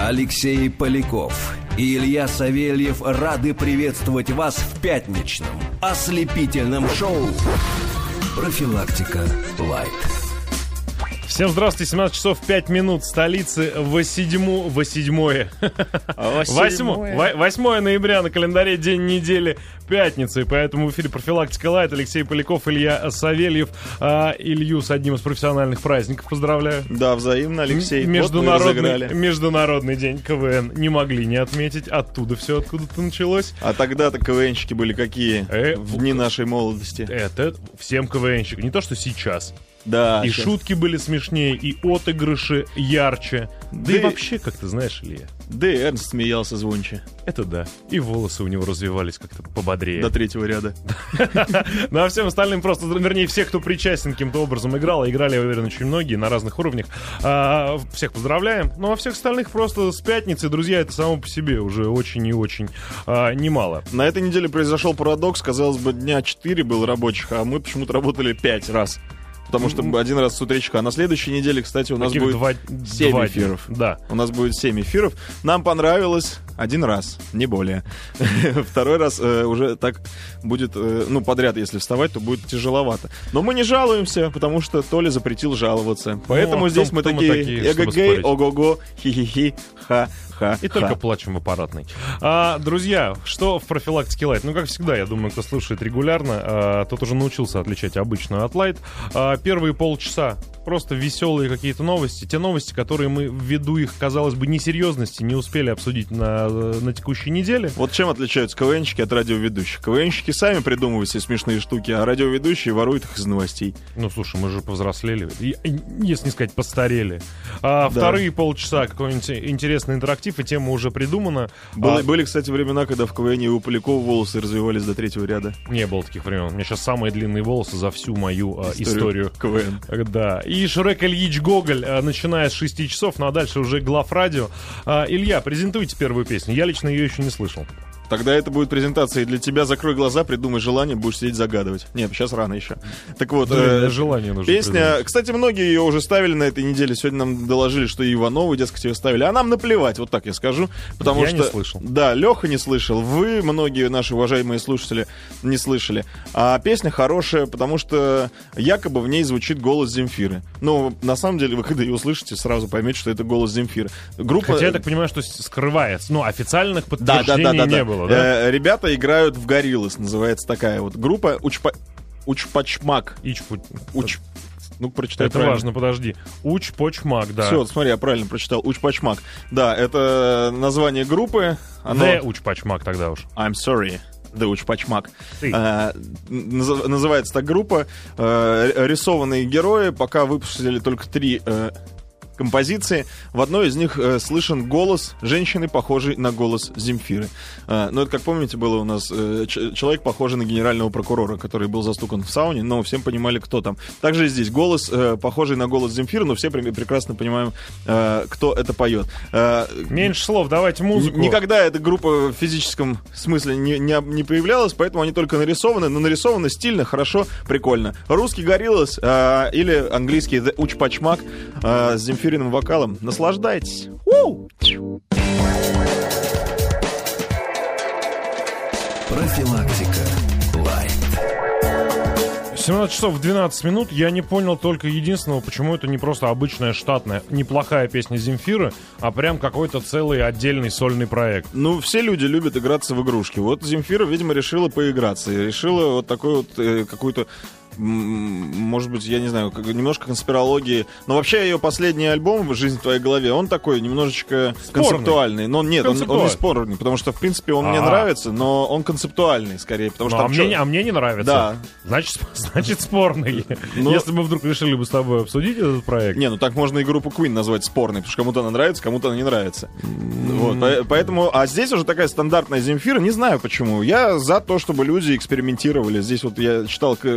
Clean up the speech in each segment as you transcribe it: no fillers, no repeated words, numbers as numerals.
Алексей Поляков и Илья Савельев рады приветствовать вас в пятничном ослепительном шоу «Профилактика Лайт». Всем здравствуйте, 17 часов 5 минут, столицы 8 ноября на календаре, день недели, пятница, и поэтому в эфире «Профилактика Лайт», Алексей Поляков, Илья Савельев, Илью с одним из профессиональных праздников поздравляю. Да, взаимно, Алексей. Международный день КВН не могли не отметить, оттуда все откуда-то началось. А тогда-то КВНщики были какие в дни нашей молодости? Это всем КВНщикам, не то что сейчас. Да, и шутки были смешнее, и отыгрыши ярче. Да и вообще, как ты знаешь, Илья. Да и Эрнст смеялся звонче. Это да. И волосы у него развивались как-то пободрее. До третьего ряда. Ну а всем остальным просто, вернее, всех, кто причастен каким-то образом играл, а играли, я уверен, очень многие на разных уровнях. Всех поздравляем. Ну а всех остальных просто с пятницы, друзья, это само по себе уже очень и очень немало. На этой неделе произошел парадокс. Казалось бы, дня 4 было рабочих, а мы почему-то работали 5 раз. Потому что один раз с утречка. А на следующей неделе, кстати, у нас будет 7 эфиров. Да. У нас будет 7 эфиров. Нам понравилось один раз, не более. Второй раз уже так будет, подряд, если вставать, то будет тяжеловато. Но мы не жалуемся, потому что Толя запретил жаловаться. Поэтому здесь мы такие эгэгэй, ого-го, хи-хи-хи, ха. И только плачем в аппаратной. Друзья, что в профилактике Лайт? Ну, как всегда, я думаю, кто слушает регулярно, тот уже научился отличать обычную от Лайт. Первые полчаса просто веселые какие-то новости. Те новости, которые мы ввиду их, казалось бы, несерьезности не успели обсудить на текущей неделе. Вот чем отличаются КВНщики от радиоведущих? КВНщики сами придумывают себе смешные штуки, а радиоведущие воруют их из новостей. Ну, слушай, мы же повзрослели, если не сказать, постарели. Вторые полчаса какой-нибудь интересный интерактив, и тема уже придумана. Были, кстати, времена, когда в КВН у Полякова волосы развивались до третьего ряда. Не было таких времен. У меня сейчас самые длинные волосы за всю мою историю КВН. Да. И Шрек Ильич Гоголь, начиная с 6 часов, ну а дальше уже главрадио. Илья, презентуйте первую песню. Я лично ее еще не слышал. Тогда это будет презентация и для тебя. Закрой глаза, придумай желание, будешь сидеть загадывать. Нет, сейчас рано еще. Так вот, желание нужно песня, придумать. Кстати, многие ее уже ставили на этой неделе. Сегодня нам доложили, что и Ивановы, дескать, ее ставили. А нам наплевать, вот так я скажу. Потому что, не слышал. Да, Леха не слышал. Вы, многие наши уважаемые слушатели, не слышали. А песня хорошая, потому что якобы в ней звучит голос Земфиры. Но на самом деле, вы когда ее услышите, сразу поймете, что это голос Земфиры. Хотя я так понимаю, что скрывается. Ну, официальных подтверждений не было, да? Ребята играют в Гориллас, называется такая вот группа Учпачмак. Ну, прочитай это правильно. Важно, подожди. Учпачмак, да. Все, смотри, я правильно прочитал. Учпачмак. Да, это название группы. The Учпачмак тогда уж. I'm sorry. The Учпачмак. Называется так группа. Рисованные герои. Пока выпустили только 3 композиции. В одной из них слышен голос женщины, похожий на голос Земфиры. Но это, как помните, было у нас человек, похожий на генерального прокурора, который был застукан в сауне, но всем понимали, кто там. Также и здесь голос, похожий на голос Земфиры, но все прекрасно понимаем, кто это поет. Меньше слов, давайте музыку. Никогда эта группа в физическом смысле не появлялась, поэтому они только нарисованы, но нарисованы стильно, хорошо, прикольно. Русский Гориллас или английский The Учпачмак с Земфирой вокалом. Наслаждайтесь. Профилактика Лайт. 17 часов 12 минут. Я не понял только единственного, почему это не просто обычная штатная, неплохая песня Земфиры, а прям какой-то целый отдельный сольный проект. Ну, все люди любят играться в игрушки. Вот Земфира, видимо, решила поиграться. И решила вот такой вот какую-то, может быть, я не знаю, немножко конспирологии. Но вообще ее последний альбом «Жизнь в твоей голове», он такой немножечко концептуальный. Но нет, он не спорный, потому что, в принципе, он мне нравится, но он концептуальный скорее. Потому что мне не нравится. Да. Значит, спорный. Если мы вдруг решили бы с тобой обсудить этот проект. Не, ну так можно и группу Queen назвать спорной, потому что кому-то она нравится, кому-то она не нравится. Вот, поэтому, а здесь уже такая стандартная Земфира, не знаю почему. Я за то, чтобы люди экспериментировали. Здесь вот я читал комментарии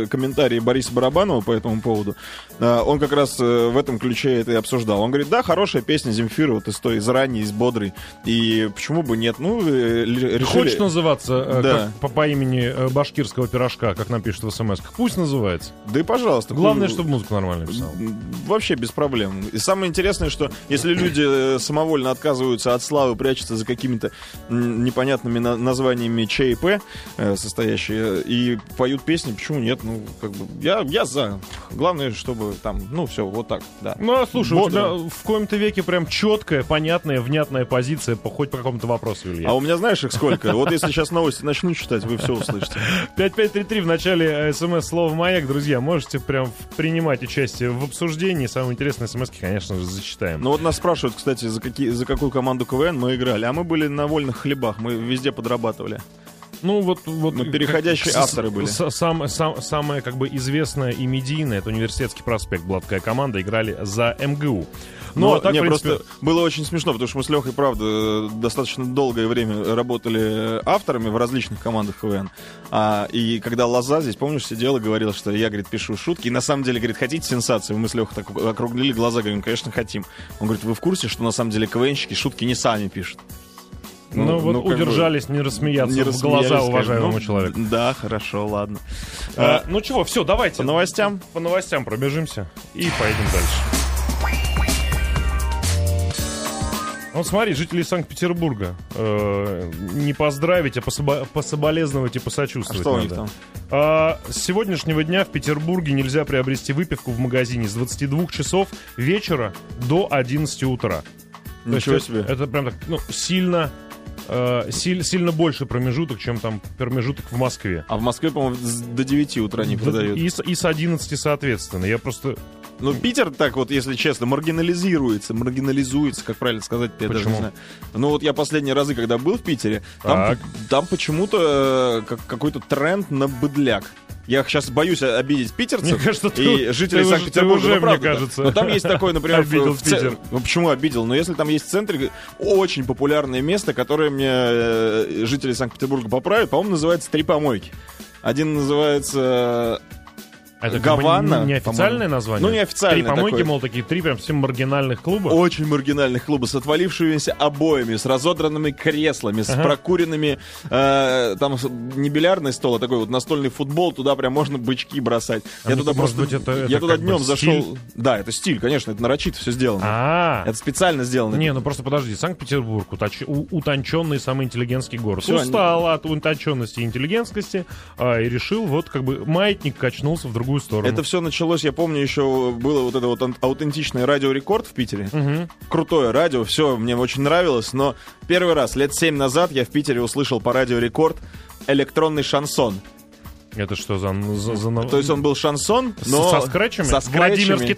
комментарии Бориса Барабанова по этому поводу. Он как раз в этом ключе это и обсуждал. Он говорит, да, хорошая песня Земфиры, вот из той, из ранней, из бодрой. И почему бы нет? Ну, решили... Хочешь называться Да. как по имени башкирского пирожка, как нам пишут в смс-ках? Пусть называется. Да и пожалуйста. Главное, чтобы музыку нормально писал. Вообще без проблем. И самое интересное, что если люди самовольно отказываются от славы, прячутся за какими-то непонятными названиями ЧП состоящие и поют песни, почему нет? Ну, как бы, я за. Главное, чтобы там, ну, все, вот так, да. Ну, а слушай, Бодро. у тебя в коем-то веке прям четкая, понятная, внятная позиция хоть по какому-то вопросу, Илья. А у меня знаешь их сколько? Вот если сейчас новости начну читать, вы все услышите. 5533 в начале смс слово «Маяк», друзья, можете прям принимать участие в обсуждении. Самые интересные смс-ки, конечно же, зачитаем. Ну вот нас спрашивают, кстати, за какую команду КВН мы играли. А мы были на вольных хлебах, мы везде подрабатывали. Ну, вот Мы переходящие авторы были. Самая как бы известная и медийная — это Университетский проспект. Была такая команда, играли за МГУ. Ну, а так, не, в принципе, просто было очень смешно, потому что мы с Лехой, правда, достаточно долгое время работали авторами в различных командах КВН. И когда Лоза здесь, помнишь, сидела и говорила, что я, говорит, пишу шутки. И на самом деле, говорит, хотите сенсацию? Мы с Лехой так округлили глаза, говорим, конечно, хотим. Он говорит, вы в курсе, что на самом деле КВНщики шутки не сами пишут? удержались не рассмеяться в глаза уважаемому человеку. Да, хорошо, ладно. Ну чего, все, давайте. По новостям? По новостям пробежимся и поедем дальше. Вот смотри, жители Санкт-Петербурга не поздравить, а пособолезновать и посочувствовать. А что у надо. них там? С сегодняшнего дня в Петербурге нельзя приобрести выпивку в магазине с 22 часов вечера до 11 утра. Ничего есть себе. Это прям так, сильно больше промежуток, чем там промежуток в Москве. А в Москве, по-моему, до 9 утра не продают. И с 11, соответственно. Я просто... Ну, Питер, так вот, если честно, маргинализуется, как правильно сказать, я даже не знаю. Ну, вот я последние разы, когда был в Питере, там почему-то какой-то тренд на быдляк. Я сейчас боюсь обидеть питерцев. Мне кажется, и жителей Санкт-Петербурга. Уже, мне кажется. Но там есть такое, например, обидел Питер. Ну, почему обидел? Но если там есть в центре очень популярное место, которое мне жители Санкт-Петербурга поправят, по-моему, называется «Три помойки». Один называется... Это Гавана, неофициальное название? Ну, неофициальное. Три помойки, такое. мол, такие три прям совсем маргинальных клуба. Очень маргинальных клубов с отвалившимися обоями, с разодранными креслами, с прокуренными... там не бильярдный стол, а такой вот настольный футбол, туда прям можно бычки бросать. Я туда просто... Я туда днем зашел... Да, это стиль, конечно, это нарочито все сделано. Это специально сделано. Не, ну просто подожди, Санкт-Петербург, утонченный, самый интеллигентский город. Всё, устал от утонченности и интеллигентскости и решил вот как бы маятник качнулся в другую сторону. Это все началось, я помню, еще было вот это вот аутентичное радио Рекорд в Питере. Крутое радио, все мне очень нравилось, но первый раз, лет 7 назад, я в Питере услышал по радио Рекорд электронный шансон. Это что за... То есть он был шансон, но... Со скретчами? Со скретчами. Владимирский...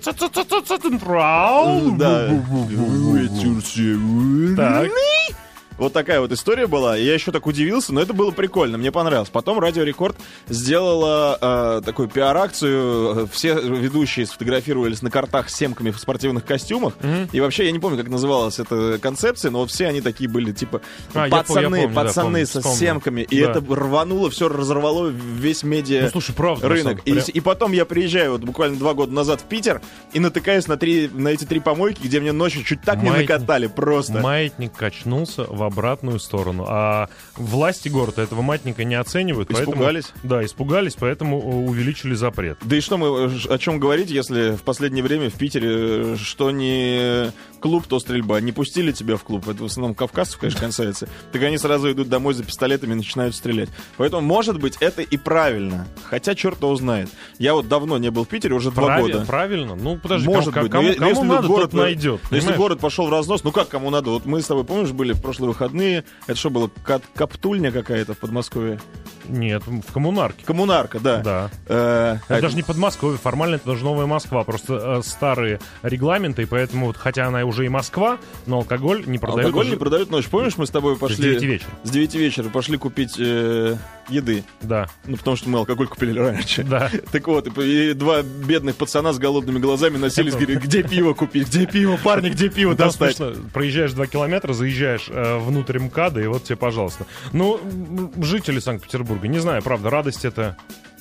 Так. Вот такая вот история была. Я еще так удивился, но это было прикольно, мне понравилось. Потом Радио Рекорд сделала такую пиар-акцию. Все ведущие сфотографировались на картах с семками в спортивных костюмах. И вообще, я не помню, как называлась эта концепция, но вот все они такие были, типа, пацаны со семками. И это рвануло, все разорвало весь медиа рынок. И потом я приезжаю вот буквально 2 года назад в Питер и натыкаюсь на эти 3 помойки, где мне ночью чуть так не накатали просто. Маятник качнулся в обратную сторону. А власти города этого маятника не оценивают. Испугались? Да, испугались, поэтому увеличили запрет. Да и что мы о чем говорить, если в последнее время в Питере что не клуб, то стрельба. Не пустили тебя в клуб, это в основном кавказцев, конечно, касается. Так они сразу идут домой за пистолетами и начинают стрелять. Поэтому, может быть, это и правильно. Хотя черт его знает. Я вот давно не был в Питере, уже 2 года. Правильно? Ну, подожди, может быть. Кому надо, тот найдет. Если город пошел в разнос, ну как кому надо? Вот мы с тобой, помнишь, были в прошлые выходные. Это что было? Коптульня какая-то в Подмосковье? Нет, в Коммунарке. Коммунарка, да. Да. Это даже не Подмосковье, формально это даже Новая Москва. Просто старые регламенты, и поэтому, вот, хотя она уже и Москва, но алкоголь не продают. Алкоголь не продают ночью. Помнишь, мы с тобой пошли... С 9 вечера. С 9 вечера пошли купить еды. Да. Ну, потому что мы алкоголь купили раньше. Да. Так вот, и 2 бедных пацана с голодными глазами носились, говорят, где пиво купить? Где пиво, парни, где пиво достать? Проезжаешь 2 километра, заезжаешь внутрь МКАДа, и вот тебе, пожалуйста. Ну, жители Санкт-Петербурга, не знаю, правда, радость это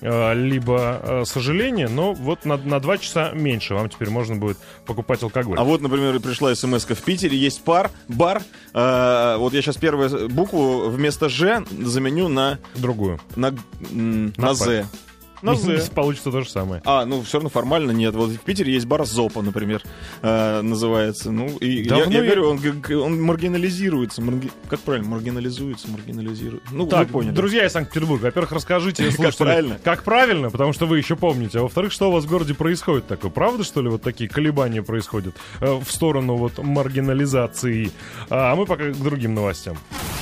либо сожаление, но вот на 2 часа меньше вам теперь можно будет покупать алкоголь. А вот, например, пришла смс-ка: в Питере есть бар. Вот я сейчас первую букву вместо «Ж» заменю на... Другую. На «З». На «З». Получится то же самое. Ну все равно формально нет. Вот в Питере есть бар «Зопа», например, называется. Ну, и я говорю, он маргинализируется. Как правильно? Маргинализуется. Ну, так, вы поняли. друзья из Санкт-Петербурга, во-первых, расскажите, слушатели, как правильно, потому что вы еще помните. А во-вторых, что у вас в городе происходит такое? Правда, что ли, вот такие колебания происходят в сторону вот маргинализации? А мы пока к другим новостям.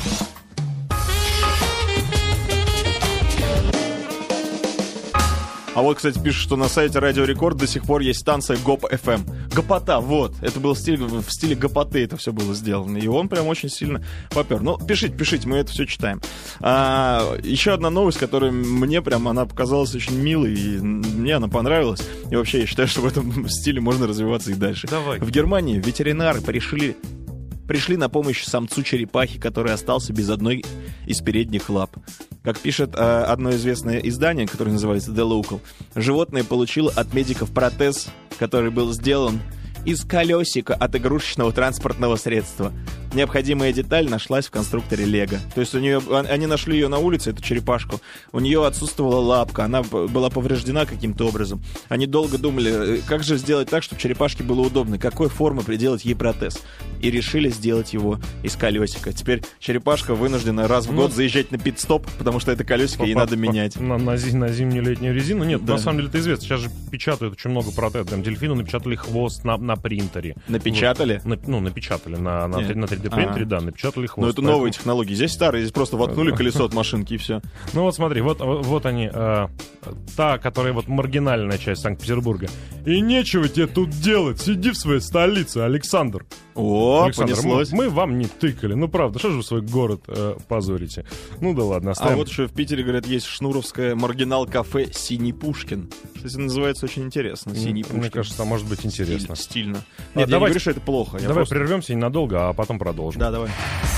А вот, кстати, пишут, что на сайте Радио Рекорд до сих пор есть станция ГОП-ФМ. Гопота, вот. Это было в стиле гопоты это все было сделано. И он прям очень сильно попер. Ну, пишите, мы это все читаем. Еще одна новость, которая мне прям, она показалась очень милой, и мне она понравилась. И вообще, я считаю, что в этом стиле можно развиваться и дальше. Давай. В Германии ветеринары пришли на помощь самцу черепахи, который остался без одной из передних лап. Как пишет одно известное издание, которое называется The Local, животное получило от медиков протез, который был сделан из колесика от игрушечного транспортного средства. Необходимая деталь нашлась в конструкторе Лего. То есть они нашли ее на улице, эту черепашку. У нее отсутствовала лапка, она была повреждена каким-то образом. Они долго думали, как же сделать так, чтобы черепашке было удобно, какой формы приделать ей протез. И решили сделать его из колесика. Теперь черепашка вынуждена раз в год заезжать на пит-стоп, потому что это колесико ей надо менять. На зимнюю летнюю резину? Нет, да. На самом деле это известно. Сейчас же печатают очень много протезов. Там дельфину напечатали хвост на принтере. Напечатали? Вот. Напечатали на 3D принтере, да, напечатали хвост. Но это новые технологии. Здесь старые, здесь просто воткнули колесо от машинки и все. Ну вот смотри, вот они, та, которая вот маргинальная часть Санкт-Петербурга. И нечего тебе тут делать, сиди в своей столице, Александр. Александр, понеслось. Мы вам не тыкали, ну правда, что же вы свой город позорите? Ну да ладно, оставим. А вот еще в Питере, говорят, есть шнуровское маргинал-кафе «Синий Пушкин». Кстати, называется очень интересно, «Синий Пушкин». Мне кажется, там может быть интересно. Стильно. Нет, я не говорю, что это плохо. Давай прервемся ненадолго, а потом продолжим. Да, давай.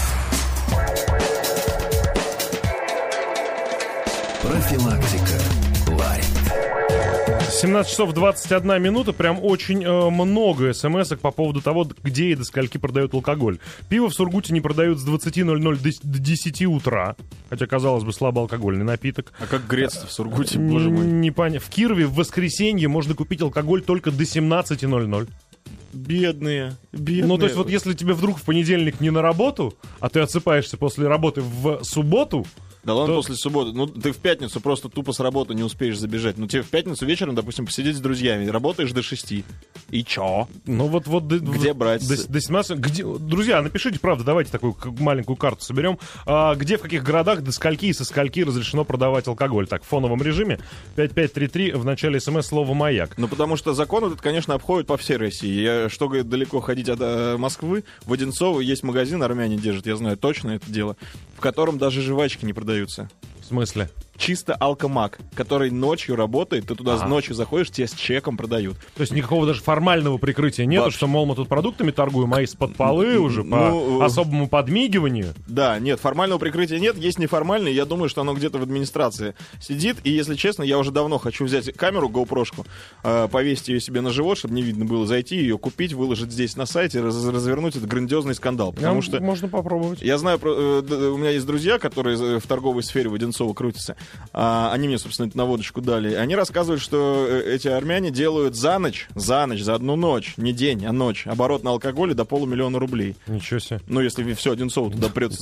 Профилактика лайт. 17 часов 21 минута, прям очень много смс-ок по поводу того, где и до скольки продают алкоголь. Пиво в Сургуте не продают с 20:00 до 10 утра, хотя, казалось бы, слабоалкогольный напиток. А как греться в Сургуте, боже мой? Непонятно. В Кирове в воскресенье можно купить алкоголь только до 17:00. Бедные. Ну, то есть вот если тебе вдруг в понедельник не на работу, а ты отсыпаешься после работы в субботу... Да ладно, после субботы. Ну, ты в пятницу просто тупо с работы не успеешь забежать. Ну, тебе в пятницу вечером, допустим, посидеть с друзьями. Работаешь до 6. И чё? Ну, вот где брать? До 17. Друзья, напишите, правда, давайте такую маленькую карту соберем. Где, в каких городах, до скольки и со скольки разрешено продавать алкоголь? Так, в фоновом режиме. 5533 в начале смс слово «Маяк». Ну, потому что закон этот, конечно, обходит по всей России. Что, говорит, далеко ходить от Москвы, в Одинцово есть магазин, армяне держат, я знаю точно это дело, в котором даже жвачки не продаются. В смысле? Чисто алкомаг, который ночью работает, ты туда ночью заходишь, тебе с чеком продают. То есть никакого даже формального прикрытия нету, что, мол, мы тут продуктами торгуем, а из-под полы уже по особому подмигиванию? Да, нет, формального прикрытия нет, есть неформальное, я думаю, что оно где-то в администрации сидит, и, если честно, я уже давно хочу взять камеру GoPro-шку, повесить ее себе на живот, чтобы не видно было, зайти ее, купить, выложить здесь на сайте, развернуть этот грандиозный скандал, потому что... Можно попробовать. Я знаю, у меня есть друзья, которые в торговой сфере в Одинцово крутятся. Они мне, собственно, это наводочку дали. Они рассказывают, что эти армяне делают за ночь, за одну ночь, не день, а ночь, оборот на алкоголе до 500 000 рублей. Ничего себе. Ну, если все Одинцово туда прется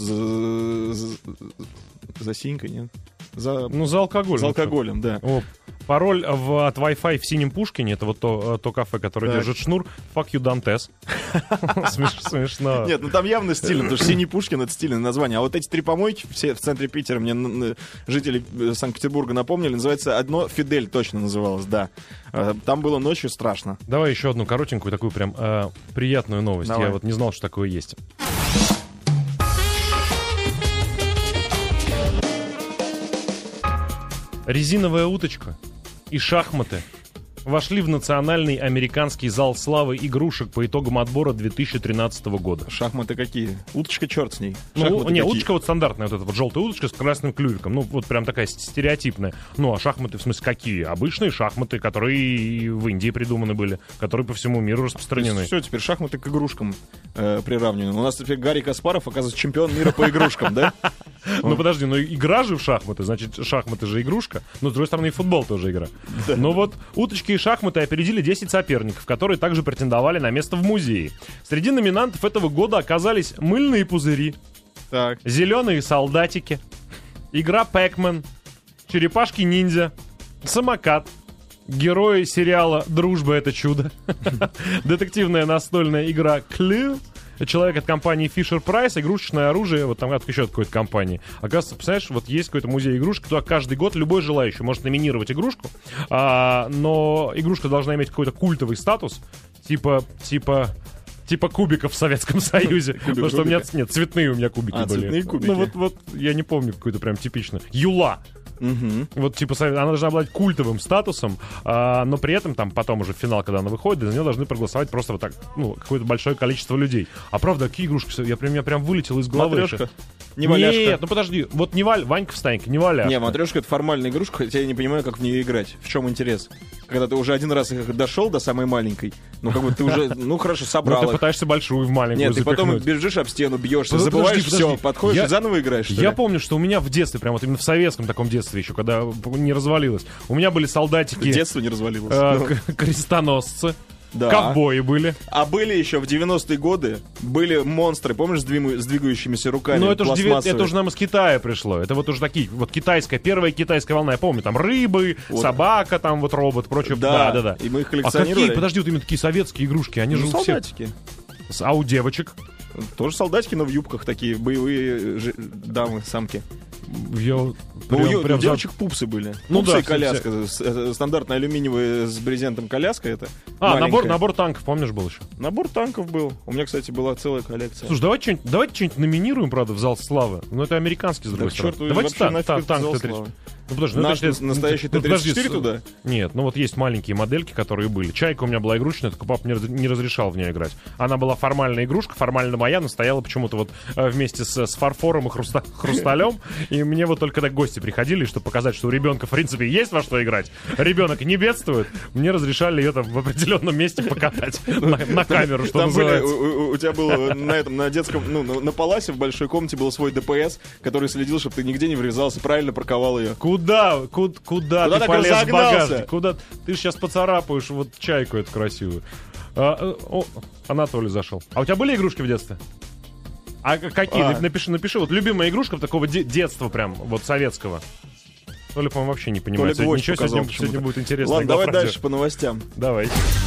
за синькой, нет? За алкоголем. За алкоголем, да. Пароль от Wi-Fi в Синем Пушкине, это вот то кафе, которое держит шнур, fuck you, Dantes. Смешно. Нет, ну там явно стильно, потому что Синий Пушкин — это стильное название. А вот эти 3 помойки все в центре Питера, мне жители Санкт-Петербурга напомнили, называется одно «Фидель» точно называлось, да. Там было ночью страшно. Давай еще одну коротенькую, такую прям приятную новость. Давай. Я вот не знал, что такое есть. Резиновая уточка и шахматы вошли в Национальный американский зал славы игрушек по итогам отбора 2013 года? Шахматы какие? Уточка, черт с ней. Ну, Шахматы не, какие? уточка вот стандартная, вот эта вот желтая уточка с красным клювиком. Ну, вот прям такая стереотипная. Ну, а шахматы, в смысле, какие? Обычные шахматы, которые и в Индии придуманы были, которые по всему миру распространены. Все, теперь шахматы к игрушкам приравнены. У нас теперь Гарри Каспаров, оказывается, чемпион мира по игрушкам, да? Ну, подожди, ну игра же в шахматы, значит, шахматы же игрушка. Но, с другой стороны, и футбол тоже игра. Но вот уточки и шахматы опередили 10 соперников, которые также претендовали на место в музее. Среди номинантов этого года оказались мыльные пузыри, Так. зеленые солдатики, игра Pac-Man, черепашки-ниндзя, самокат, герои сериала «Дружба — это чудо», детективная настольная игра Clue, человек от компании Fisher-Price, игрушечное оружие, вот там от еще от какой-то компании. Оказывается, представляешь, вот есть какой-то музей игрушек, туда каждый год любой желающий может номинировать игрушку, но игрушка должна иметь какой-то культовый статус, типа кубиков в Советском Союзе. Потому что у меня цветные у меня кубики были. Цветные кубики. Ну вот я не помню какой-то прям типично. Юла. Угу. Вот, типа, она должна обладать культовым статусом, но при этом, там, потом уже в финал, когда она выходит, за нее должны проголосовать просто вот так, ну, какое-то большое количество людей. А правда, какие игрушки? Меня прям вылетело из головы. Матрешка? Не валяшка? Нет, ну подожди, вот не Ванька Встанька, не валяшка. Не, матрешка — это формальная игрушка, хотя я не понимаю, как в нее играть. В чем интерес? Когда ты уже один раз дошел до самой маленькой, ну, как бы ты уже, ну, хорошо, собрал Ну, ты их. пытаешься большую в маленькую Нет, ты потом запихнуть. бежишь об стену, бьешься, Подожди, забываешь подожди. все, подходишь Я- и заново играешь, что ли? Я помню, что у меня в детстве, прям вот именно в советском таком детстве еще, когда не развалилось, у меня были солдатики, Детство не развалилось. Ну, крестоносцы, да. ковбои были. А были еще в 90-е годы, были монстры, помнишь, с двигающимися руками, Ну, это пластмассовые? уже нам из Китая пришло. Это вот уже такие, вот первая китайская волна. Я помню, там рыбы, собака, там вот робот, прочее. Да. И мы их А коллекционировали. какие, подожди, вот именно такие советские игрушки? Они же Ну, у всех... солдатики. А у девочек? Тоже солдатики, но в юбках такие, боевые дамы, самки. Я Ну, прям у девочек пупсы были. Ну Пупсы да, и коляска. Стандартная алюминиевая с брезентом коляска это. набор маленькая. танков, помнишь, был еще? Набор танков был. У меня, кстати, была целая коллекция. Слушай, давайте что-нибудь номинируем, правда, в зал славы. Но это американский, с другой к стороны. черту Давайте вообще нафиг этот танк зал Т-30. славы. Ну, подожди, Наш Т-30 настоящий ну, подожди, Т-34 туда? Нет, ну вот есть маленькие модельки, которые были. Чайка у меня была игрушечная, только папа не разрешал в нее играть. Она была формальная игрушка, формально моя, но стояла почему-то вот вместе с фарфором и хрусталем. И мне вот только когда гости приходили, чтобы показать, что у ребенка, в принципе, есть во что играть. Ребенок не бедствует. Мне разрешали ее там в определенном месте покатать на камеру, что Там называется. у тебя было на детском, ну, на паласе в большой комнате был свой ДПС, который следил, чтобы ты нигде не врезался, правильно парковал ее. Куда ты так полез в разогнался? багажник? Куда ты сейчас поцарапаешь вот чайку эту красивую? Анатолий зашел. А у тебя были игрушки в детстве? А какие? Напиши. Вот любимая игрушка такого детства прям, вот советского. Толя, по-моему, вообще не понимает. Толя гвоздь Ничего, показал сегодня будет интересно. Ладно, давай дальше по новостям. Давай.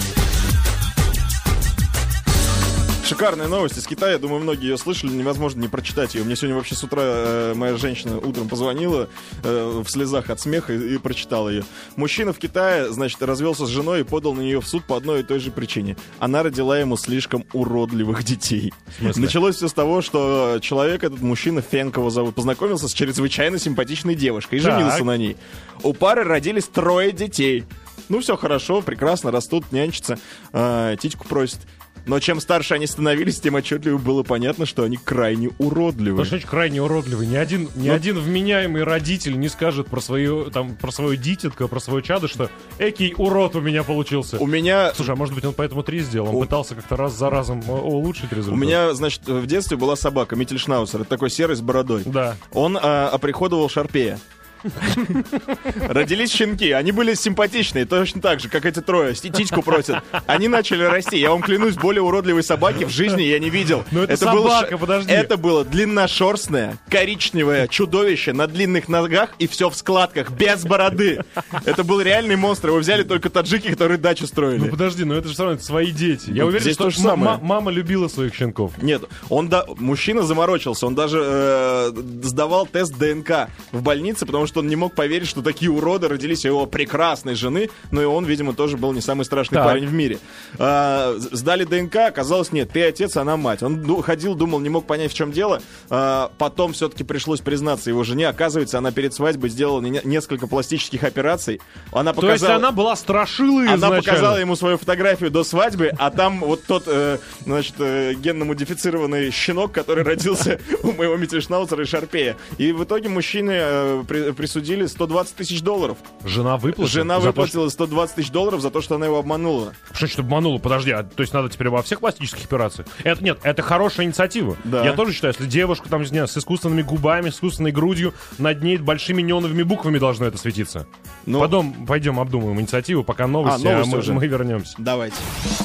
Шикарная новость из Китая, думаю, многие ее слышали, невозможно не прочитать ее. Мне сегодня вообще с утра моя женщина утром позвонила в слезах от смеха и прочитала ее. Мужчина в Китае, значит, развелся с женой и подал на нее в суд по одной и той же причине. Она родила ему слишком уродливых детей. Началось все с того, что человек, этот мужчина, Фенк его зовут, познакомился с чрезвычайно симпатичной девушкой и женился на ней. У пары родились 3 детей. Ну, все хорошо, прекрасно, растут, нянчатся, титьку просят. Но чем старше они становились, тем отчетливо было понятно, что они крайне уродливы. Потому что они крайне уродливый. Ни один вменяемый родитель не скажет про свое дитятко, про свое чадо, что экий урод у меня получился. У меня... Слушай, а может быть он поэтому 3 сделал? Он пытался как-то раз за разом улучшить результат. У меня, значит, в детстве была собака, Миттельшнаузер. Это такой серый с бородой. Да. Он оприходовал Шарпея. Родились щенки, они были симпатичные, точно так же, как эти 3, титьку просят. Они начали расти, я вам клянусь, более уродливой собаки в жизни я не видел. Но это собака, подожди. Это было длинношерстное, коричневое чудовище на длинных ногах и все в складках, без бороды. Это был реальный монстр, его взяли только таджики, которые дачу строили. Ну подожди, но это же все равно свои дети. Я уверен, здесь что то же самое. мама любила своих щенков. Нет, мужчина заморочился, он даже сдавал тест ДНК в больнице, потому что что он не мог поверить, что такие уроды родились у его прекрасной жены, но и он, видимо, тоже был не самый страшный парень в мире. Сдали ДНК, оказалось, нет, ты отец, она мать. Он ходил, думал, не мог понять, в чем дело. Потом все-таки пришлось признаться его жене. Оказывается, она перед свадьбой сделала несколько пластических операций. То есть она была страшилой изначально. Она показала ему свою фотографию до свадьбы, а там вот тот, генно-модифицированный щенок, который родился у моего Миттельшнауцера и Шарпея. И в итоге мужчине присудили $120 тысяч. Жена выплатила? Жена выплатила $120 тысяч за то, что она его обманула. Что обманула? Подожди, то есть надо теперь во всех пластических операциях? Это хорошая инициатива. Да. Я тоже считаю, если девушка там, с искусственными губами, с искусственной грудью, над ней большими неоновыми буквами должно это светиться. Потом пойдем обдумаем инициативу, пока новости, мы вернемся. Давайте.